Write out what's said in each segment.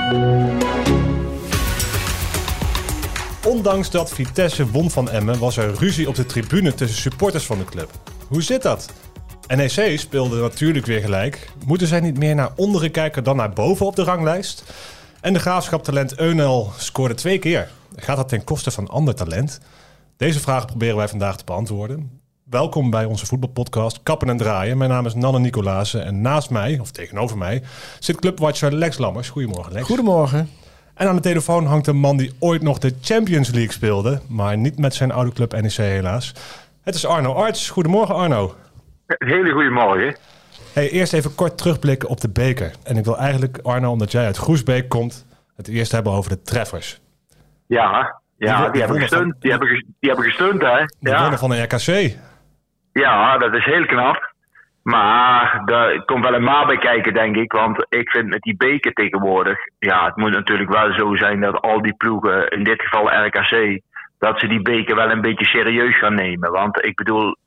Ondanks dat Vitesse won van Emmen was er ruzie op de tribune tussen supporters van de club. Hoe zit dat? NEC speelde natuurlijk weer gelijk. Moeten zij niet meer naar onderen kijken dan naar boven op de ranglijst? En de Graafschap-talent Eunel scoorde 2 keer. Gaat dat ten koste van ander talent? Deze vragen proberen wij vandaag te beantwoorden. Welkom bij onze voetbalpodcast Kappen en Draaien. Mijn naam is Nanne Nicolasen en naast mij, of tegenover mij, zit clubwatcher Lex Lammers. Goedemorgen, Lex. Goedemorgen. En aan de telefoon hangt een man die ooit nog de Champions League speelde, maar niet met zijn oude club NEC helaas. Het is Arno Arts. Goedemorgen, Arno. Hele goedemorgen. Hey, eerst even kort terugblikken op de beker. En ik wil eigenlijk, Arno, omdat jij uit Groesbeek komt, het eerst hebben over de treffers. Ja, die hebben gesteund. Die hebben gesteund, hè. Die wonnen van de RKC. Ja, dat is heel knap. Maar er komt wel een maar bij kijken, denk ik. Want ik vind met die beker tegenwoordig... Ja, het moet natuurlijk wel zo zijn dat al die ploegen, in dit geval RKC... dat ze die beker wel een beetje serieus gaan nemen. Want ik bedoel,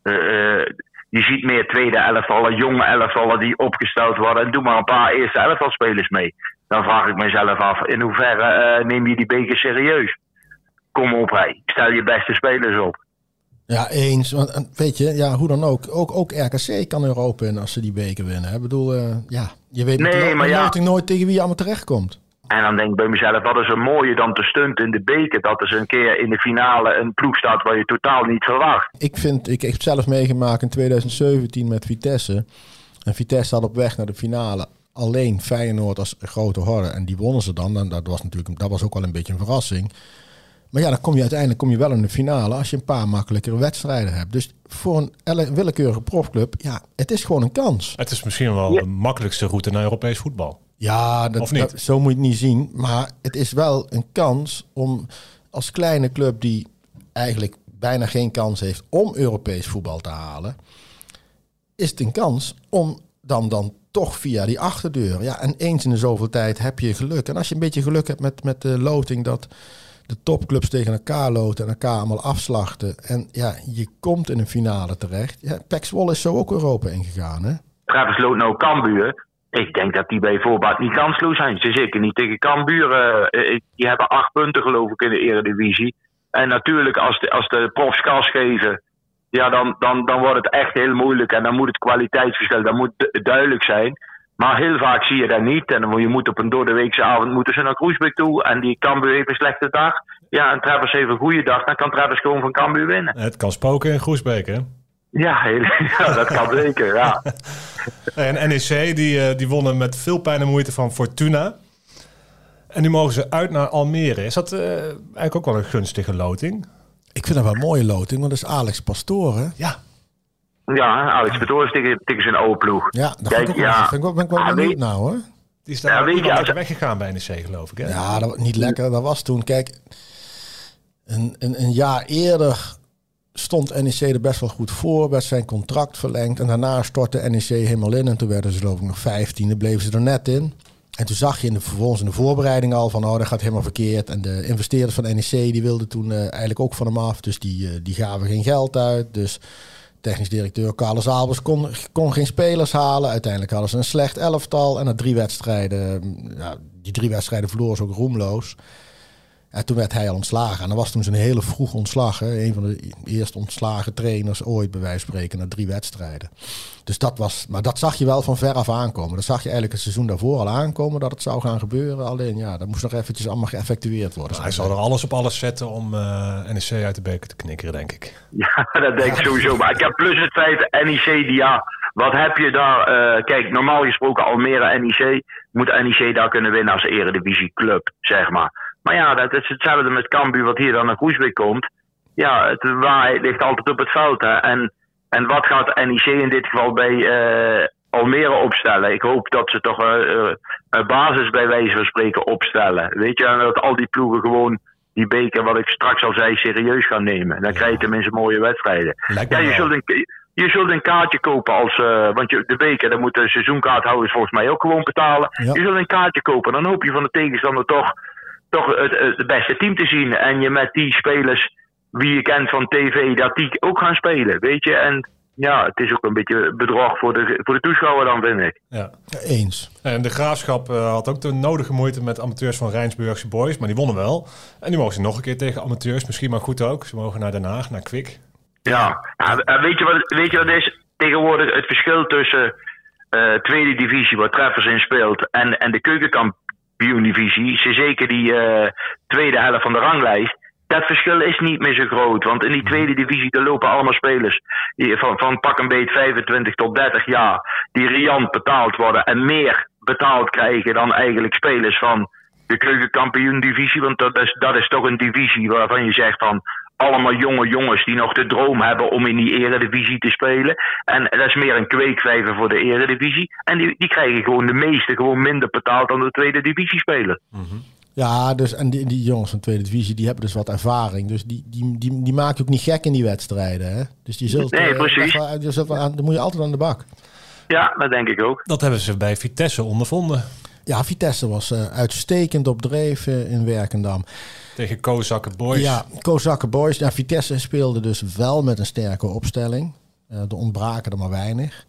je ziet meer tweede elftallen, jonge elftallen die opgesteld worden. En doe maar een paar eerste elftalspelers mee. Dan vraag ik mezelf af, in hoeverre neem je die beker serieus? Kom op, stel je beste spelers op. Ja, eens. Want weet je, ja, hoe dan ook. Ook RKC kan Europa in als ze die beker winnen. Ik bedoel, je weet nooit tegen wie je allemaal terechtkomt. En dan denk ik bij mezelf, wat is er mooier dan te stunten in de beker? Dat er een keer in de finale een ploeg staat waar je totaal niet verwacht. Ik heb zelf meegemaakt in 2017 met Vitesse. En Vitesse had op weg naar de finale alleen Feyenoord als grote horde. En die wonnen ze dan. En dat was ook wel een beetje een verrassing. Maar ja, dan uiteindelijk wel in de finale als je een paar makkelijkere wedstrijden hebt. Dus voor een willekeurige profclub, ja, het is gewoon een kans. Het is misschien wel de makkelijkste route naar Europees voetbal. Ja, zo moet je het niet zien. Maar het is wel een kans om als kleine club die eigenlijk bijna geen kans heeft om Europees voetbal te halen, is het een kans om dan toch via die achterdeur. Ja, en eens in de zoveel tijd heb je geluk. En als je een beetje geluk hebt met de loting dat de topclubs tegen elkaar loten en elkaar allemaal afslachten. En ja, je komt in een finale terecht. Ja, PEC Zwolle is zo ook Europa ingegaan, hè? Travis loopt nou Cambuur. Ik denk dat die bij voorbaat niet kansloos zijn. Ze zeker niet tegen Cambuur. Die hebben 8 punten geloof ik in de Eredivisie. En natuurlijk als de profs gas geven, ja, dan wordt het echt heel moeilijk. En dan moet het kwaliteitsverschil, dat moet duidelijk zijn. Maar heel vaak zie je dat niet. En je moet op een doordeweekse avond moeten ze naar Groesbeek toe. En die Cambuur heeft een slechte dag. Ja, en Travis heeft een goede dag. Dan kan Travis gewoon van Cambuur winnen. Het kan spoken in Groesbeek, hè? Ja, dat kan zeker, ja. En NEC, die wonnen met veel pijn en moeite van Fortuna. En nu mogen ze uit naar Almere. Is dat eigenlijk ook wel een gunstige loting? Ik vind dat wel een mooie loting, want dat is Alex Pastoor, hè? Ja, Alex Pastoor is tegen zijn oude ploeg. Ja, dat ben ik wel benieuwd nou, hoor. Die is daar lekker weggegaan bij NEC, geloof ik, hè? Ja, dat was niet lekker. Dat was toen, kijk, een jaar eerder stond NEC er best wel goed voor, werd zijn contract verlengd en daarna stortte NEC helemaal in en toen werden ze geloof ik nog 15e, bleven ze er net in. En toen zag je vervolgens in de voorbereiding al van, dat gaat helemaal verkeerd. En de investeerders van NEC, die wilden toen eigenlijk ook van hem af, dus die gaven geen geld uit. Dus technisch directeur Carlos Albers kon geen spelers halen. Uiteindelijk hadden ze een slecht elftal en na 3 wedstrijden, die 3 wedstrijden verloren ze ook roemloos. En toen werd hij al ontslagen. En dat was toen zijn hele vroeg ontslag. Hè? Een van de eerst ontslagen trainers ooit, bij wijze van spreken, na 3 wedstrijden. Dus maar dat zag je wel van ver af aankomen. Dat zag je eigenlijk het seizoen daarvoor al aankomen dat het zou gaan gebeuren. Alleen dat moest nog eventjes allemaal geëffectueerd worden. Hij zal er alles op alles zetten om NEC uit de beker te knikkeren, denk ik. Ja, dat denk ik sowieso. Maar ik heb plus het feit, NEC, wat heb je daar? Kijk, normaal gesproken Almere NEC, moet NEC daar kunnen winnen als Eredivisie club, zeg maar. Maar ja, dat is hetzelfde met Cambuur wat hier dan naar Groesbeek komt. Ja, het waarheid ligt altijd op het veld. Hè. En wat gaat NEC in dit geval bij Almere opstellen? Ik hoop dat ze toch een basis bij wijze van spreken opstellen. Weet je, en dat al die ploegen gewoon die beker, wat ik straks al zei, serieus gaan nemen. Dan krijg je tenminste mooie wedstrijden. Ja, je zult een kaartje kopen want de beker, daar moeten seizoenkaarthouders volgens mij ook gewoon betalen. Ja. Je zult een kaartje kopen, dan hoop je van de tegenstander toch het beste team te zien. En je met die spelers, wie je kent van tv, dat die ook gaan spelen, weet je. En ja, het is ook een beetje bedrog voor de toeschouwer dan, vind ik. Ja. Eens. En de Graafschap had ook de nodige moeite met amateurs van Rijnsburgse Boys, maar die wonnen wel. En nu mogen ze nog een keer tegen amateurs, misschien maar goed ook. Ze mogen naar Den Haag, naar Kwik. Ja, weet je wat is tegenwoordig het verschil tussen tweede divisie, waar Treffers in speelt, en de keukenkampioen-divisie, zeker die tweede helft van de ranglijst, dat verschil is niet meer zo groot. Want in die tweede divisie daar lopen allemaal spelers van pak een beet 25 tot 30 jaar, die riant betaald worden en meer betaald krijgen dan eigenlijk spelers van de keukenkampioen-divisie. Want dat is toch een divisie waarvan je zegt van allemaal jonge jongens die nog de droom hebben om in die eredivisie te spelen. En dat is meer een kweekvijver voor de eredivisie. En die krijgen gewoon de meeste gewoon minder betaald dan de tweede divisie spelen. Mm-hmm. Ja, dus en die jongens van tweede divisie, die hebben dus wat ervaring. Dus die maak je ook niet gek in die wedstrijden. Hè? Dus die zult, nee, precies. Dan moet je altijd aan de bak. Ja, dat denk ik ook. Dat hebben ze bij Vitesse ondervonden. Ja, Vitesse was uitstekend op dreef in Werkendam. Tegen Kozakken Boys. Ja, Kozakken Boys. Ja, Vitesse speelde dus wel met een sterke opstelling. Er ontbraken er maar weinig.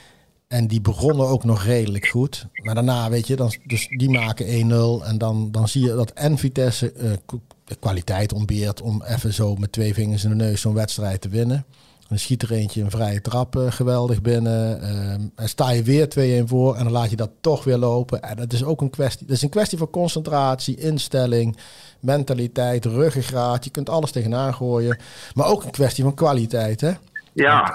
En die begonnen ook nog redelijk goed. Maar daarna, weet je, dus die maken 1-0. En dan zie je dat en Vitesse de kwaliteit ontbeert om even zo met 2 vingers in de neus zo'n wedstrijd te winnen. Dan schiet er eentje een vrije trap geweldig binnen. En sta je weer 2-1 voor en dan laat je dat toch weer lopen. En dat is ook een kwestie. Dat is een kwestie van concentratie, instelling, mentaliteit, ruggengraat. Je kunt alles tegenaan gooien. Maar ook een kwestie van kwaliteit, hè? Ja,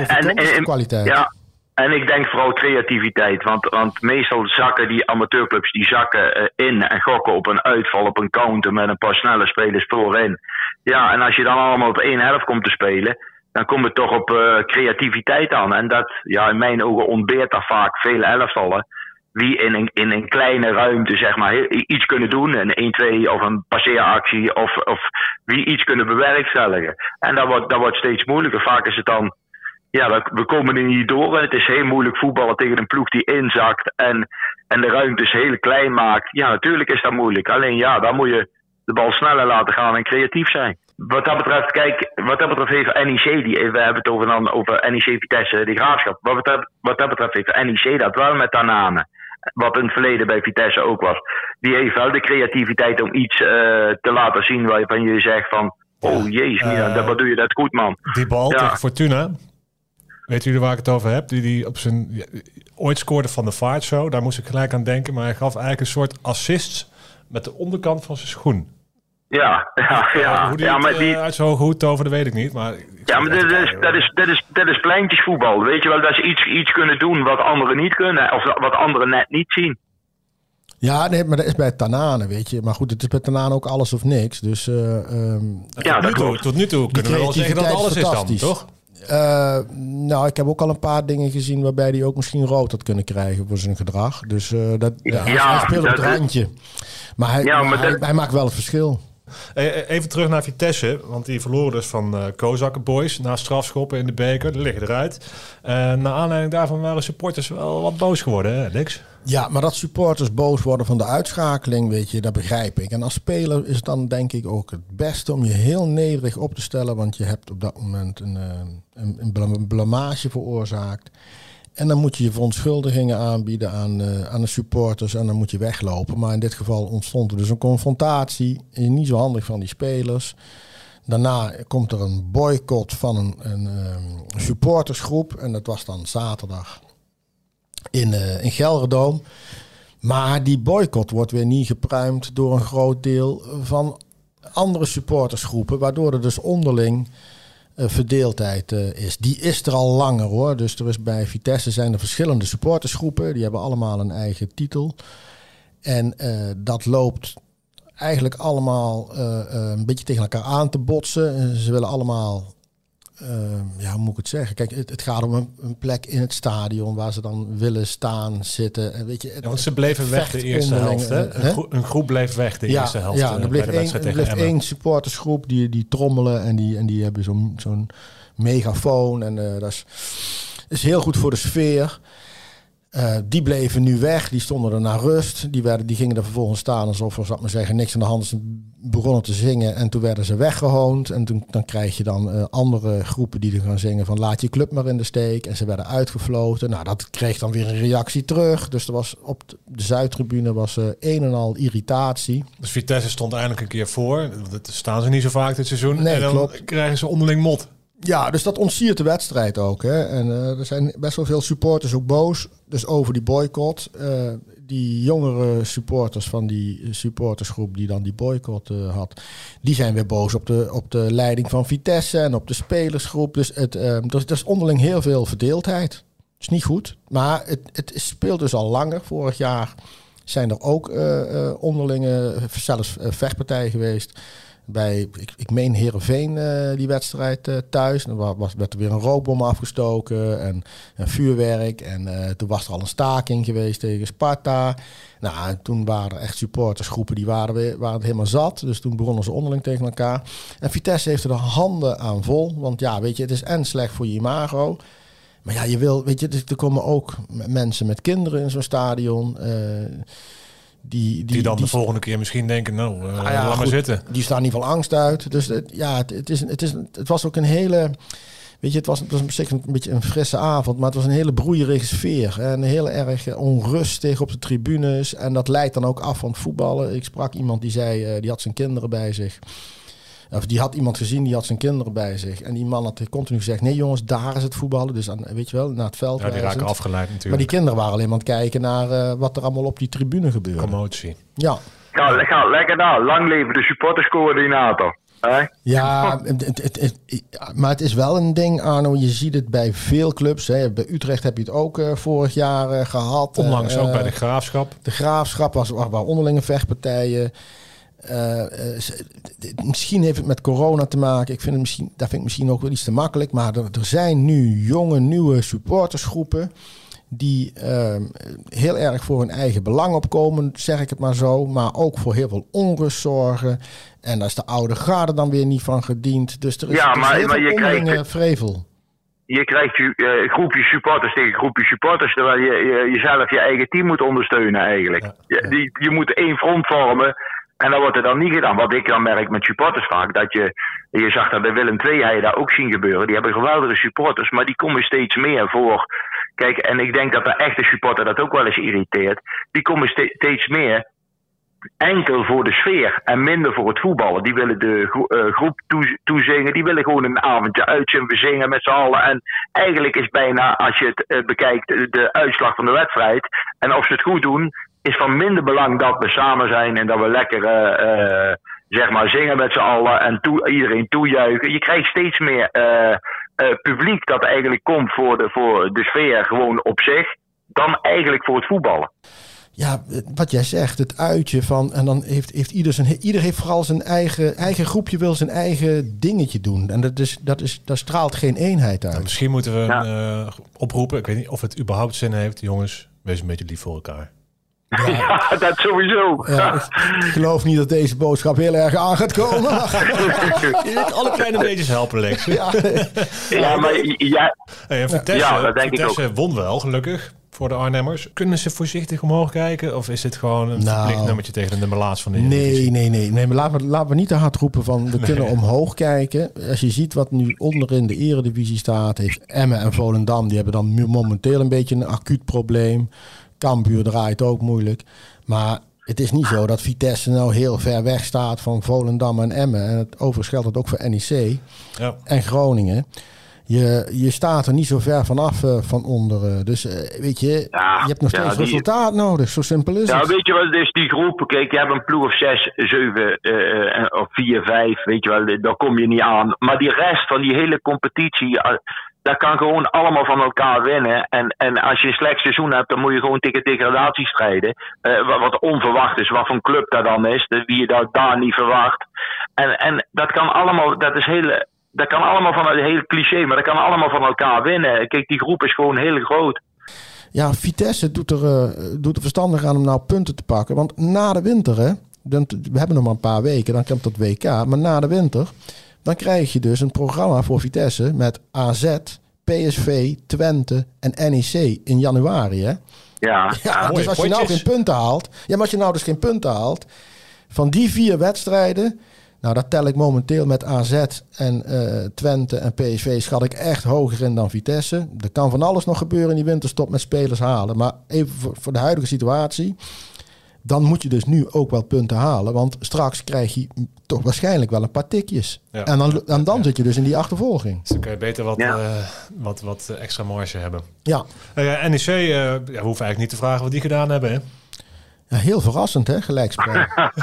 en kwaliteit. Ja. En ik denk vooral creativiteit. Want meestal zakken die amateurclubs die zakken in en gokken op een uitval, op een counter met een paar snelle spelers voorin. Ja, en als je dan allemaal op 1 helft komt te spelen, dan komt het toch op creativiteit aan. En dat, ja, in mijn ogen ontbeert daar vaak veel elftallen. Wie in een kleine ruimte, zeg maar, iets kunnen doen. Een 1-2 of een passeeractie. Of wie iets kunnen bewerkstelligen. En dat wordt steeds moeilijker. Vaak is het dan, ja, we komen er niet door. En het is heel moeilijk voetballen tegen een ploeg die inzakt. En de ruimtes heel klein maakt. Ja, natuurlijk is dat moeilijk. Alleen ja, dan moet je de bal sneller laten gaan en creatief zijn. Wat dat betreft, kijk, heeft NEC, we hebben het over NEC Vitesse, die Graafschap. Wat dat betreft heeft NEC dat wel met Tanane. Wat in het verleden bij Vitesse ook was. Die heeft wel de creativiteit om iets te laten zien waarvan je zegt van, oh jezus, wat doe je dat goed, man. Die bal tegen Fortuna, weet jullie waar ik het over heb? Die op zijn ooit scoorde van de Vaart zo, daar moest ik gelijk aan denken. Maar hij gaf eigenlijk een soort assist met de onderkant van zijn schoen. Ja. Hoe die uit zijn hoge hoed toverde, weet ik niet. Maar dat is pleintjesvoetbal. Weet je wel, dat ze iets kunnen doen wat anderen niet kunnen. Of wat anderen net niet zien. Ja, nee, maar dat is bij Tanane, weet je. Maar goed, het is bij Tanane ook alles of niks. Dus, tot nu toe kunnen we wel zeggen dat alles is dan, toch? Nou, ik heb ook al een paar dingen gezien waarbij hij ook misschien rood had kunnen krijgen voor zijn gedrag. Dus hij speelt op het randje. Maar hij maakt wel het verschil. Even terug naar Vitesse, want die verloren dus van Kozakken Boys na strafschoppen in de beker. Die liggen eruit. Naar aanleiding daarvan waren supporters wel wat boos geworden, hè, Dix? Ja, maar dat supporters boos worden van de uitschakeling, weet je, dat begrijp ik. En als speler is het dan denk ik ook het beste om je heel nederig op te stellen, want je hebt op dat moment een blamage veroorzaakt. En dan moet je je verontschuldigingen aanbieden aan de supporters en dan moet je weglopen. Maar in dit geval ontstond er dus een confrontatie. Is niet zo handig van die spelers. Daarna komt er een boycott van een supportersgroep. En dat was dan zaterdag in Gelderdoom. Maar die boycott wordt weer niet gepruimd door een groot deel van andere supportersgroepen. Waardoor er dus onderling verdeeldheid is. Die is er al langer hoor. Dus er is bij Vitesse zijn er verschillende supportersgroepen. Die hebben allemaal een eigen titel. En dat loopt eigenlijk allemaal een beetje tegen elkaar aan te botsen. Ze willen allemaal, hoe moet ik het zeggen? Kijk, het gaat om een plek in het stadion waar ze dan willen staan, zitten. En weet je, want ze bleven weg de eerste helft. Hè? Een groep bleef weg de eerste helft. Ja, er bleef één supportersgroep die trommelen en die hebben zo'n megafoon. En dat is heel goed voor de sfeer. Die bleven nu weg, die stonden er naar rust. Die gingen er vervolgens staan alsof er, zal ik maar zeggen, niks aan de hand is. Ze begonnen te zingen en toen werden ze weggehoond. En dan krijg je dan andere groepen die er gaan zingen van laat je club maar in de steek. En ze werden uitgefloten. Nou, dat kreeg dan weer een reactie terug. Dus er was op de Zuidtribune was een en al irritatie. Dus Vitesse stond eindelijk een keer voor. Dat staan ze niet zo vaak dit seizoen. Nee, en dan klopt. krijgen ze onderling mot. Ja, dus dat ontsiert de wedstrijd ook. Hè. En er zijn best wel veel supporters ook boos. Dus over die boycott. Die jongere supporters van die supportersgroep die dan die boycott had. Die zijn weer boos op de leiding van Vitesse en op de spelersgroep. Dus er is onderling heel veel verdeeldheid. Dat is niet goed. Maar het speelt dus al langer. Vorig jaar zijn er ook onderlinge, zelfs vechtpartijen geweest. Bij, ik meen Heerenveen, die wedstrijd thuis. Dan werd er weer een rookbom afgestoken en vuurwerk. En toen was er al een staking geweest tegen Sparta. Nou, en toen waren er echt supportersgroepen die waren het helemaal zat. Dus toen begonnen ze onderling tegen elkaar. En Vitesse heeft er de handen aan vol. Want ja, weet je, het is en slecht voor je imago. Maar ja, je wil, weet je, er komen ook mensen met kinderen in zo'n stadion. Die dan de volgende keer misschien denken, laat maar zitten. Die staan in ieder geval angst uit. Dus het was ook een hele... Weet je, het was op zich een beetje een frisse avond, maar het was een hele broeierige sfeer. En heel erg onrustig op de tribunes. En dat leidt dan ook af van het voetballen. Ik sprak iemand die zei, die had zijn kinderen bij zich. Of die had iemand gezien, die had zijn kinderen bij zich. En die man had continu gezegd, nee jongens, daar is het voetballen. Dus weet je wel, naar het veld. Ja, die raken afgeleid natuurlijk. Maar die kinderen waren alleen maar aan het kijken naar wat er allemaal op die tribune gebeurde. Commotie. Ja. Ga lekker daar. Lang leven de supporterscoördinator. Ja, maar het is wel een ding, Arno. Je ziet het bij veel clubs. Hè. Bij Utrecht heb je het ook vorig jaar gehad. Onlangs ook bij de Graafschap. De Graafschap was onderlinge vechtpartijen. Misschien heeft het met corona te maken. Dat vind ik misschien ook wel iets te makkelijk. Maar er zijn nu jonge, nieuwe supportersgroepen die heel erg voor hun eigen belang opkomen, zeg ik het maar zo. Maar ook voor heel veel onrust zorgen. En daar is de oude garde dan weer niet van gediend. Dus er is, maar je krijgt vrevel. Je krijgt groepje supporters tegen groepje supporters, terwijl je jezelf je eigen team moet ondersteunen eigenlijk. Ja. Je moet één front vormen. En dat wordt er dan niet gedaan. Wat ik dan merk met supporters vaak, dat je zag dat bij Willem II, ga je daar ook zien gebeuren. Die hebben geweldige supporters, maar die komen steeds meer voor. Kijk, en ik denk dat de echte supporter dat ook wel eens irriteert. Die komen steeds meer enkel voor de sfeer en minder voor het voetballen. Die willen de groep toezingen. Die willen gewoon een avondje uitzingen, we zingen met z'n allen. En eigenlijk is bijna, als je het bekijkt, de uitslag van de wedstrijd. En of ze het goed doen, is van minder belang dat we samen zijn en dat we lekker zeg maar zingen met z'n allen en iedereen toejuichen. Je krijgt steeds meer publiek dat eigenlijk komt voor de sfeer gewoon op zich, dan eigenlijk voor het voetballen. Ja, wat jij zegt, het uitje van, en dan heeft ieder heeft vooral zijn eigen groepje, wil zijn eigen dingetje doen. En daar straalt geen eenheid uit. Nou, misschien moeten we oproepen, ik weet niet of het überhaupt zin heeft, jongens, wees een beetje lief voor elkaar. Ja, dat sowieso. Ja, ik geloof niet dat deze boodschap heel erg aan gaat komen. Alle kleine beetjes helpen, Lex. Ja, maar Vitesse, dat denk ik ook. Vitesse won wel, gelukkig, voor de Arnhemmers. Kunnen ze voorzichtig omhoog kijken? Of is dit gewoon een verplicht nummertje tegen de nummer laatst van de Nee, maar laten we niet te hard roepen van we kunnen omhoog kijken. Als je ziet wat nu onderin de eredivisie staat, heeft Emmen en Volendam, die hebben dan momenteel een beetje een acuut probleem. Cambuur draait ook moeilijk. Maar het is niet zo dat Vitesse nou heel ver weg staat van Volendam en Emmen. En het overigens geldt dat ook voor NEC en Groningen. Je staat er niet zo ver vanaf van onderen. Dus weet je, je hebt nog steeds resultaat nodig. Zo simpel is het. Weet je wat, dus die groepen, kijk, je hebt een ploeg of 6, 7 of 4, 5, weet je wel, daar kom je niet aan. Maar die rest van die hele competitie, dat kan gewoon allemaal van elkaar winnen. En als je een slecht seizoen hebt, dan moet je gewoon tegen degradatie strijden. Wat onverwacht is, wat voor een club dat dan is, wie je daar niet verwacht. En dat kan allemaal, dat kan allemaal van een heel cliché, maar dat kan allemaal van elkaar winnen. Kijk, die groep is gewoon heel groot. Ja, Vitesse doet er verstandig aan om nou punten te pakken. Want na de winter, hè, we hebben nog maar een paar weken, dan komt dat WK. Maar na de winter, dan krijg je dus een programma voor Vitesse met AZ, PSV, Twente en NEC in januari, hè? Ja. Ja, mooie dus als je nou potjes. geen punten haalt... Ja, maar als je nou dus geen punten haalt... Van die 4 wedstrijden... Nou, dat tel ik momenteel met AZ en Twente en PSV... schat ik echt hoger in dan Vitesse. Er kan van alles nog gebeuren in die winterstop met spelers halen. Maar even voor de huidige situatie... Dan moet je dus nu ook wel punten halen. Want straks krijg je toch waarschijnlijk wel een paar tikjes. Ja. En dan zit je dus in die achtervolging. Dus dan kan je beter wat extra marge hebben. Ja. NEC, we hoeven eigenlijk niet te vragen wat die gedaan hebben, hè? Ja, heel verrassend, hè, gelijkspel.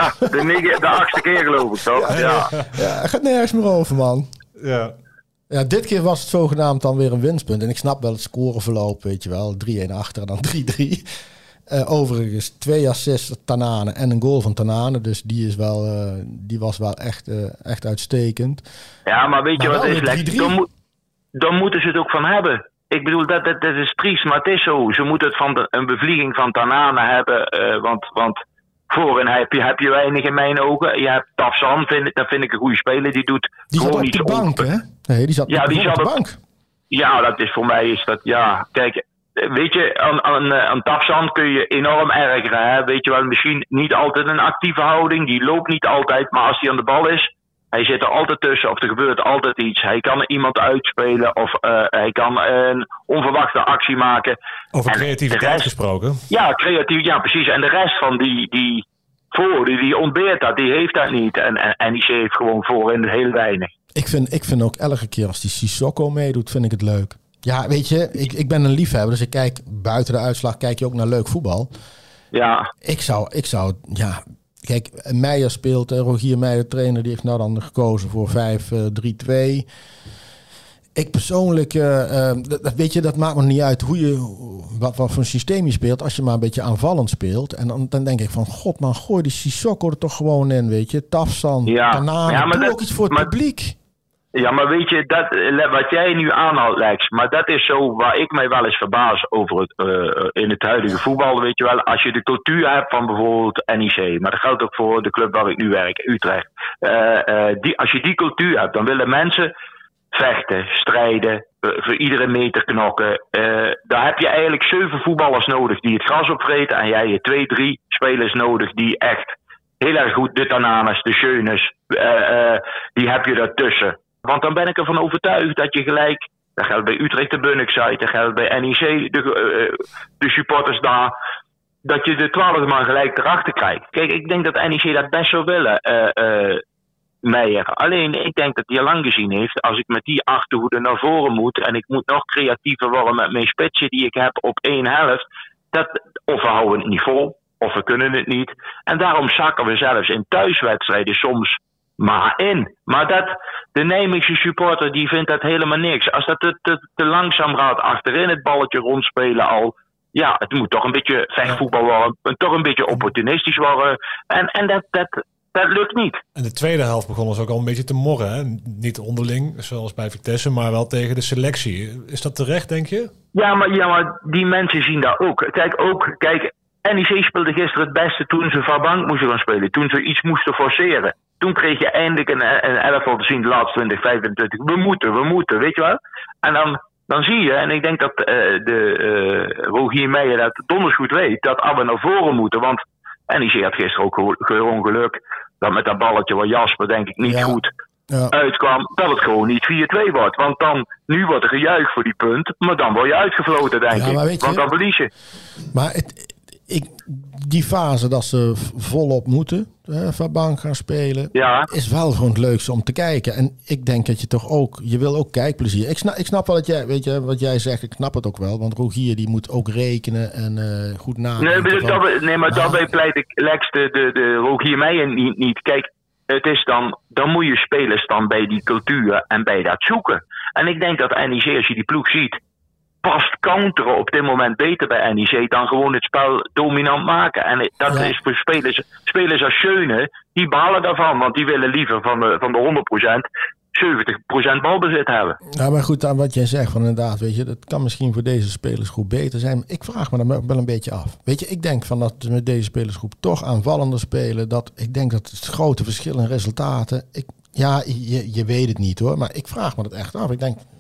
De 8e keer geloof ik, toch? Ja. Ja, het gaat nergens meer over, man. Ja. Ja, dit keer was het zogenaamd dan weer een winstpunt. En ik snap wel het scoreverloop, weet je wel. 3-1 achter en dan 3-3. Overigens 2 assists Tanane en een goal van Tanane. Dus die was wel echt uitstekend. Ja, maar weet je Maar wat wel is, met Lex? 3-3. Dan moeten ze het ook van hebben. Ik bedoel, dat is triest, maar het is zo. Ze moeten het van een bevlieging van Tanane hebben. Want voorin heb je weinig in mijn ogen. Je hebt Tafsan, dat vind ik een goede speler. Die doet Die zat gewoon op de iets bank, hè? Nee, die zat op de bank. Ja, dat is voor mij is dat, ja. Kijk, weet je, aan Tafsan kun je enorm ergeren. Hè? Weet je wel, misschien niet altijd een actieve houding. Die loopt niet altijd, maar als hij aan de bal is, hij zit er altijd tussen of er gebeurt altijd iets. Hij kan iemand uitspelen of hij kan een onverwachte actie maken. Over En creativiteit de rest- gesproken. Ja, creatief, ja precies. En de rest van die ontbeert dat, die heeft dat niet. En die heeft gewoon voorin heel weinig. Ik vind ook elke keer als die Sissoko meedoet, vind ik het leuk. Ja, weet je, ik ben een liefhebber, dus ik kijk buiten de uitslag, kijk je ook naar leuk voetbal. Ja, Ik zou, ja, kijk, Meijer speelt, Rogier Meijer, trainer, die heeft nou dan gekozen voor 5-3-2. Ik persoonlijk, weet je, dat maakt me niet uit wat voor een systeem je speelt, als je maar een beetje aanvallend speelt. En dan denk ik van, god man, gooi die Sissoko er toch gewoon in, weet je. Tafsan, Ja. Tanane, Ja, maar doe dat- ook iets voor het maar- publiek. Ja, maar weet je, wat jij nu aanhaalt, Lex, maar dat is zo waar ik mij wel eens verbaas over in het huidige voetbal, weet je wel. Als je de cultuur hebt van bijvoorbeeld NEC, maar dat geldt ook voor de club waar ik nu werk, Utrecht. Als je die cultuur hebt, dan willen mensen vechten, strijden, voor iedere meter knokken. Daar heb je eigenlijk 7 voetballers nodig die het gras opvreten en jij je 2-3 spelers nodig die echt heel erg goed, de Tananes, de Schönes, die heb je daartussen. Want dan ben ik ervan overtuigd dat je gelijk, dat geldt bij Utrecht de Bunnik-site, dat geldt bij NEC, de supporters daar, dat je de 12e man gelijk erachter krijgt. Kijk, ik denk dat NEC dat best zou willen, Meijer. Alleen, ik denk dat hij al lang gezien heeft, als ik met die achterhoede naar voren moet en ik moet nog creatiever worden met mijn spitsen die ik heb op 1 helft, of we houden het niet vol, of we kunnen het niet. En daarom zakken we zelfs in thuiswedstrijden soms maar in. Maar de Nijmeegse supporter die vindt dat helemaal niks. Als dat te langzaam gaat achterin het balletje rondspelen al. Ja, het moet toch een beetje vechtvoetbal worden. Toch een beetje opportunistisch worden. En dat lukt niet. En de tweede helft begonnen ze ook al een beetje te morren. Hè? Niet onderling, zoals bij Vitesse, maar wel tegen de selectie. Is dat terecht, denk je? Ja, maar die mensen zien dat ook. Kijk, NEC speelde gisteren het beste toen ze van bank moesten gaan spelen. Toen ze iets moesten forceren. Toen kreeg je eindelijk een elftal te zien de laatste 20, 25. We moeten, weet je wel. En dan zie je, en ik denk dat Rogier Meijer dat donders goed weet, dat we naar voren moeten. Want NEC had gisteren ook gewoon geluk dat met dat balletje waar Jasper denk ik niet goed uitkwam, dat het gewoon niet 4-2 wordt. Want nu wordt er gejuicht voor die punt, maar dan word je uitgefloten, denk ik. Want dan verlies je. Maar die fase dat ze volop moeten van bank gaan spelen, is wel gewoon het leukste om te kijken. En ik denk dat je wil ook kijkplezier. Ik snap wel dat jij, weet je, wat jij zegt, ik snap het ook wel. Want Rogier die moet ook rekenen en goed nadenken. Maar daarbij pleit ik Lex de Rogier Meijer niet. Kijk, het is dan moet je spelers dan bij die cultuur en bij dat zoeken. En ik denk dat NEC, als je die ploeg ziet, past counteren op dit moment beter bij NEC dan gewoon het spel dominant maken. En dat is voor spelers als Schöne, die balen daarvan, want die willen liever van de 100% 70% balbezit hebben. Ja, maar goed, aan wat jij zegt van inderdaad, weet je, dat kan misschien voor deze spelersgroep beter zijn. Ik vraag me dan wel een beetje af. Weet je, ik denk van dat we met deze spelersgroep toch aanvallender spelen. Ik denk dat het grote verschil in resultaten. Je weet het niet hoor, maar ik vraag me dat echt af. Ik denk,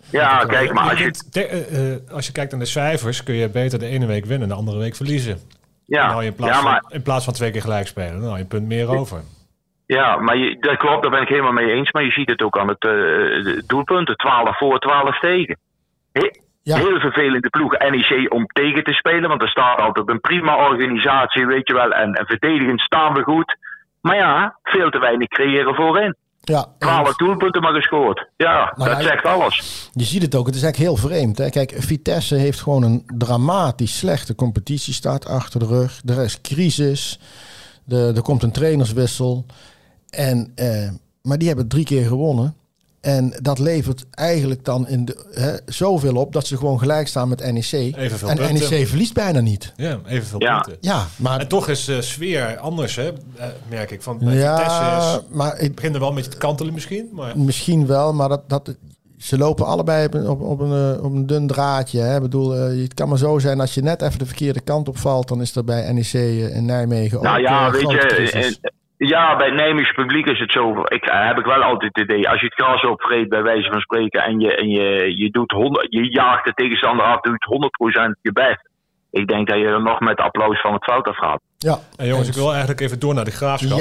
Ja, kijk, maar als je kijkt naar de cijfers, kun je beter de ene week winnen en de andere week verliezen. Ja, dan hou je in plaats van 2 keer gelijk spelen, dan hou je een punt meer over. Ja, maar dat klopt, daar ben ik helemaal mee eens. Maar je ziet het ook aan het doelpunten. 12 voor, 12 tegen. Heel vervelende ploeg NEC om tegen te spelen. Want er staat altijd een prima organisatie, weet je wel. En verdedigend staan we goed. Maar ja, veel te weinig creëren voorin. Ja, 12 doelpunten maar gescoord. Ja, nou, dat zegt alles. Je ziet het ook, het is eigenlijk heel vreemd. Hè? Kijk, Vitesse heeft gewoon een dramatisch slechte competitiestart achter de rug. Er is crisis. Er komt een trainerswissel. Maar die hebben 3 keer gewonnen. En dat levert eigenlijk dan zoveel op dat ze gewoon gelijk staan met NEC. Evenveel en punten. NEC verliest bijna niet. Ja, evenveel punten. Ja, maar... En toch is sfeer anders, hè? Merk ik. Van Vitesse maar ik begin er wel een beetje te kantelen misschien. Maar... Misschien wel, maar ze lopen allebei op een dun draadje. Hè? Ik bedoel, het kan maar zo zijn als je net even de verkeerde kant opvalt, dan is er bij NEC in Nijmegen nou ook ja, weet je... Ja, bij het Nijmeegse publiek is het zo. Heb ik wel altijd het idee. Als je het gras opvreet, bij wijze van spreken, en je jaagt de tegenstander af, doet 100% je best. Ik denk dat je er nog met applaus van het veld af gaat. Ja. En jongens, ik wil eigenlijk even door naar de Graafschap. Ja.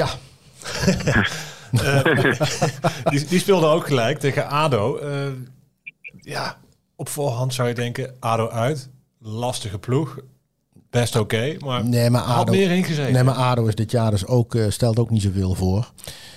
Die speelde ook gelijk tegen ADO. Op voorhand zou je denken, ADO uit. Lastige ploeg. Best oké, maar ADO had meer ingezeten. Nee, maar ADO is dit jaar dus ook, stelt ook niet zoveel voor.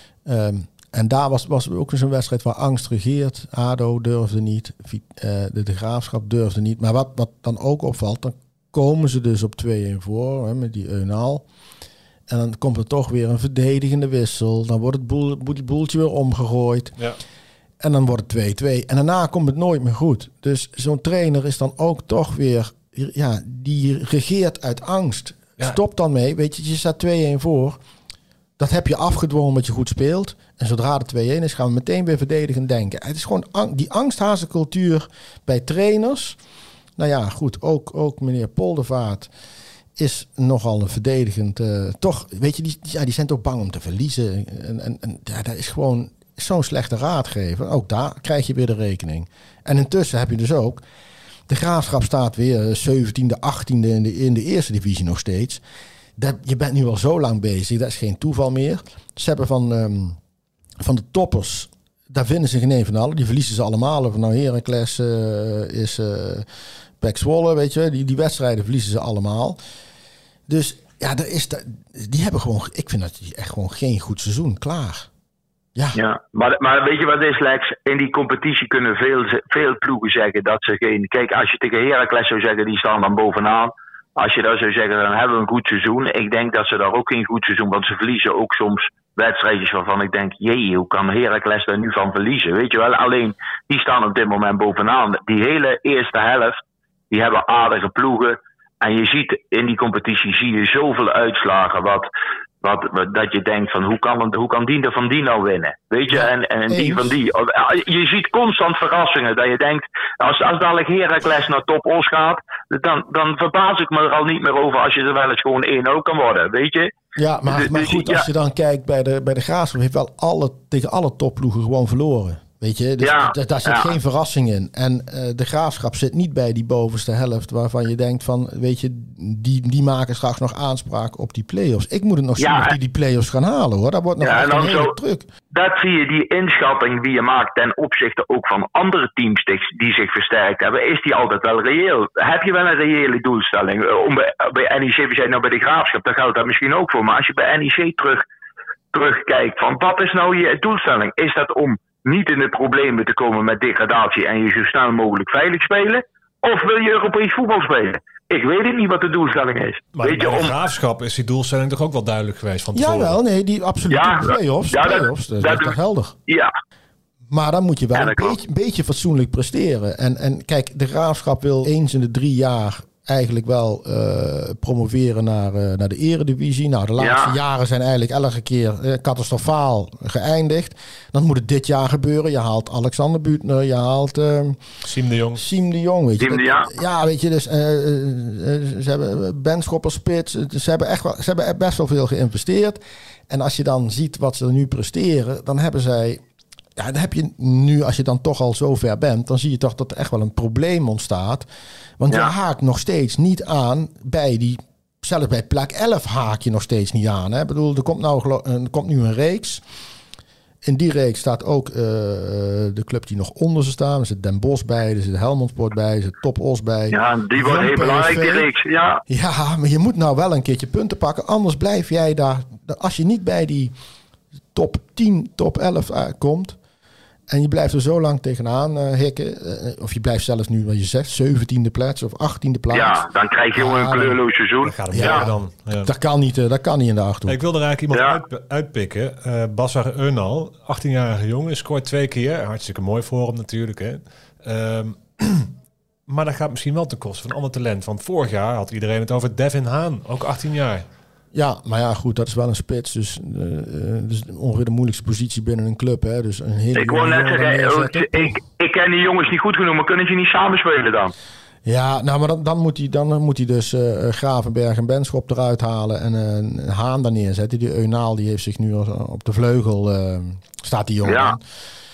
En daar was ook eens een wedstrijd waar angst regeert. ADO durfde niet, de Graafschap durfde niet. Maar wat dan ook opvalt, dan komen ze dus op 2-1 voor, met die Eunal. En dan komt er toch weer een verdedigende wissel. Dan wordt het boeltje weer omgegooid. Ja. En dan wordt het 2-2. En daarna komt het nooit meer goed. Dus zo'n trainer is dan ook toch weer... Ja, die regeert uit angst. Ja. Stop dan mee. Weet je staat 2-1 voor. Dat heb je afgedwongen omdat je goed speelt. En zodra het 2-1 is, gaan we meteen weer verdedigend denken. Het is gewoon die angsthazencultuur bij trainers. Nou ja, goed. Ook meneer Poldervaart is nogal een verdedigend... toch, weet je, die zijn toch bang om te verliezen. En dat is gewoon zo'n slechte raadgever. Ook daar krijg je weer de rekening. En intussen heb je dus ook... De Graafschap staat weer 17e, 18e in de eerste divisie nog steeds. Je bent nu al zo lang bezig, dat is geen toeval meer. Ze hebben van de toppers, daar vinden ze geen een van allen. Die verliezen ze allemaal. Of nou Heracles is PEC Zwolle, weet je. Die wedstrijden verliezen ze allemaal. Dus ja, die hebben gewoon... Ik vind dat die echt gewoon geen goed seizoen. Klaar. Ja, maar weet je wat is, Lex? In die competitie kunnen veel ploegen zeggen dat ze geen... Kijk, als je tegen Heracles zou zeggen, die staan dan bovenaan. Als je dat zou zeggen, dan hebben we een goed seizoen. Ik denk dat ze daar ook geen goed seizoen... Want ze verliezen ook soms wedstrijdjes waarvan ik denk... Jee, hoe kan Heracles daar nu van verliezen? Weet je wel, alleen die staan op dit moment bovenaan. Die hele eerste helft, die hebben aardige ploegen. En je ziet in die competitie zie je zoveel uitslagen dat je denkt van hoe kan die van die nou winnen? Weet je, en die van die. Je ziet constant verrassingen dat je denkt, als dadelijk Heracles naar Top Os gaat, dan verbaas ik me er al niet meer over als je er wel eens gewoon 1-0 kan worden, weet je? Ja, maar goed, als je dan kijkt bij de Graafschap, heeft wel tegen alle topploegen gewoon verloren. Weet je, dus daar zit geen verrassing in. En de Graafschap zit niet bij die bovenste helft waarvan je denkt van, weet je, die maken straks nog aanspraak op die play-offs. Ik moet het nog zien of die play-offs gaan halen, hoor. Dat wordt nog een hele druk. Dat zie je, die inschatting die je maakt ten opzichte ook van andere teams die zich versterkt hebben, is die altijd wel reëel. Heb je wel een reële doelstelling? Bij NEC, we zijn nou bij de Graafschap, daar geldt dat misschien ook voor. Maar als je bij NEC terugkijkt van, wat is nou je doelstelling? Is dat om niet in de problemen te komen met degradatie en je zo snel mogelijk veilig spelen? Of wil je Europees voetbal spelen? Ik weet het niet wat de doelstelling is. Maar bij de Graafschap is die doelstelling toch ook wel duidelijk geweest van tevoren? Jawel, nee, die absoluut play-offs. Dat is toch helder. Ja. Maar dan moet je wel een beetje fatsoenlijk presteren. En kijk, de Graafschap wil eens in de 3 jaar eigenlijk wel promoveren naar de eredivisie. Nou, de laatste jaren zijn eigenlijk elke keer catastrofaal geëindigd. Dan moet het dit jaar gebeuren. Je haalt Alexander Buutner, je haalt Siem de Jong, weet je. Ja, weet je, dus ze hebben Ben Schopper-Spits. Ze hebben best wel veel geïnvesteerd. En als je dan ziet wat ze nu presteren, dan hebben zij dan heb je nu, als je dan toch al zo ver bent, dan zie je toch dat er echt wel een probleem ontstaat. Want je haakt nog steeds niet aan bij die, zelfs bij plek 11 haak je nog steeds niet aan. Hè? Ik bedoel, er komt nu een reeks. In die reeks staat ook de club die nog onder ze staan. Er zit Den Bosch bij, er zit Helmond Sport bij, er zit Top Os bij. Ja, die wordt heel belangrijk, die reeks. Ja. Ja, maar je moet nou wel een keertje punten pakken. Anders blijf jij daar, als je niet bij die top 10, top 11 komt. En je blijft er zo lang tegenaan hikken. Of je blijft zelfs nu, wat je zegt, 17e plaats of 18e plaats. Ja, dan krijg je een kleurloos seizoen. Dat gaat hem dan. Ja. Dat kan niet in de Achterhoek. Ik wil er eigenlijk iemand uitpikken. Bassar Önal, 18-jarige jongen, scoort 2 keer. Hartstikke mooi voor hem natuurlijk. Hè. Maar dat gaat misschien wel ten koste van ander talent. Want vorig jaar had iedereen het over Devin Haan, ook 18 jaar. Ja, maar ja, goed, dat is wel een spits. Dus ongeveer de moeilijkste positie binnen een club. Hè. Dus een hele ik wou net zeggen, ik ken die jongens niet goed genoeg, maar kunnen ze niet samenspelen dan? Ja, nou, maar dan moet hij dus Gravenberg en Benschop eruit halen en Haan daar neerzetten. Die Eunaal, die heeft zich nu op de vleugel, staat die jongen aan.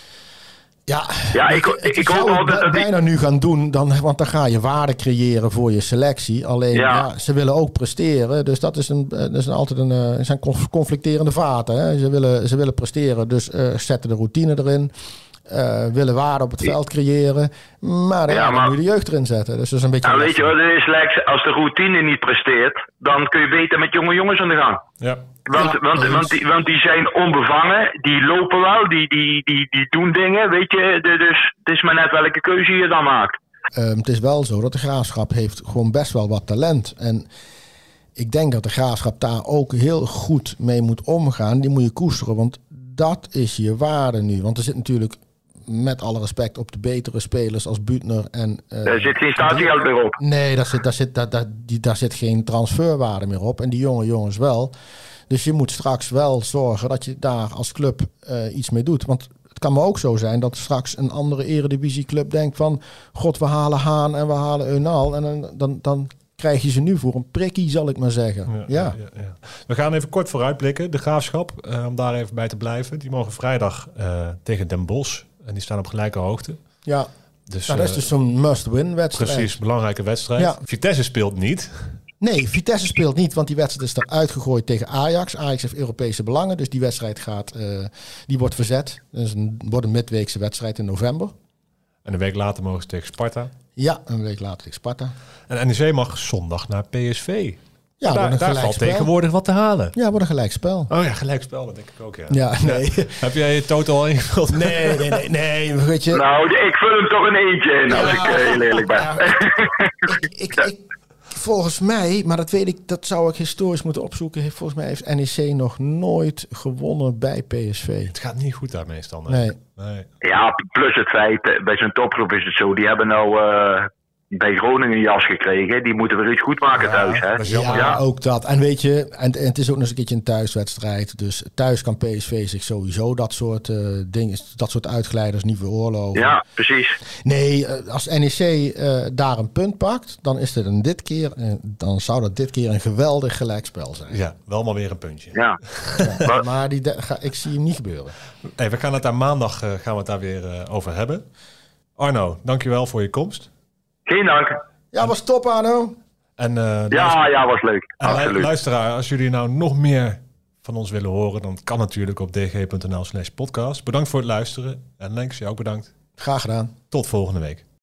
Ja, ik hoop altijd dat bijna nu gaan doen, want dan ga je waarde creëren voor je selectie. Alleen, ze willen ook presteren. Dus dat is zijn conflicterende vaten. Hè. Ze willen presteren, dus zetten de routine erin. Willen waarde op het veld creëren. Maar dan moet je de jeugd erin zetten. Dus dat is een beetje... weet je wat het is, Lex? Als de routine niet presteert, dan kun je beter met jonge jongens aan de gang. Ja. Want die zijn onbevangen, die lopen wel, die doen dingen, weet je. Dus het is maar net welke keuze je dan maakt. Het is wel zo dat de Graafschap heeft gewoon best wel wat talent. En ik denk dat de Graafschap daar ook heel goed mee moet omgaan. Die moet je koesteren, want dat is je waarde nu. Want er zit natuurlijk, met alle respect, op de betere spelers als Buutner en... Daar zit geen statiegeld meer op. Nee, daar zit geen transferwaarde meer op. En die jonge jongens wel. Dus je moet straks wel zorgen dat je daar als club iets mee doet. Want het kan maar ook zo zijn dat straks een andere eredivisieclub denkt van... God, we halen Haan en we halen Eunaal. En dan krijg je ze nu voor een prikkie, zal ik maar zeggen. Ja. We gaan even kort vooruitblikken. De Graafschap, om daar even bij te blijven. Die mogen vrijdag tegen Den Bosch. En die staan op gelijke hoogte. Ja, dus, dat is dus zo'n must-win wedstrijd. Precies, belangrijke wedstrijd. Ja. Vitesse speelt niet. Nee, Vitesse speelt niet, want die wedstrijd is eruit gegooid tegen Ajax. Ajax heeft Europese belangen, dus die wedstrijd die wordt verzet. Dus wordt een midweekse wedstrijd in november. En een week later mogen ze tegen Sparta. Ja, een week later tegen Sparta. En NEC mag zondag naar PSV. Ja, daar valt tegenwoordig wat te halen. Ja, wordt een gelijkspel. Oh ja, gelijkspel, dat denk ik ook, ja. Ja, nee. Heb jij je totaal ingevuld? Nee, weet je. Nou, ik vul hem toch een eentje in, als ik heel eerlijk ben. Ik volgens mij, maar dat weet ik, dat zou ik historisch moeten opzoeken. Volgens mij heeft NEC nog nooit gewonnen bij PSV. Het gaat niet goed daar meestal. Nee. Ja, plus het feit, bij zo'n topgroep is het zo, die hebben nou bij Groningen een jas gekregen. Die moeten weer iets goed maken thuis. Hè? Ja, ook dat. En weet je, en het is ook nog eens een keertje een thuiswedstrijd. Dus thuis kan PSV zich sowieso dat soort dingen, dat soort uitglijders niet veroorloven. Ja, precies. Nee, als NEC daar een punt pakt, dan is het dan zou dat dit keer een geweldig gelijkspel zijn. Ja, wel maar weer een puntje. Ja. Maar ik zie hem niet gebeuren. Hey, we gaan het daar maandag gaan we het daar weer over hebben. Arno, dankjewel voor je komst. Geen dank. Ja, was top, Arno. En, was leuk. Absoluut. Luisteraar, als jullie nou nog meer van ons willen horen, dan kan natuurlijk op dg.nl/podcast. Bedankt voor het luisteren. En Lenks, jou ook bedankt. Graag gedaan. Tot volgende week.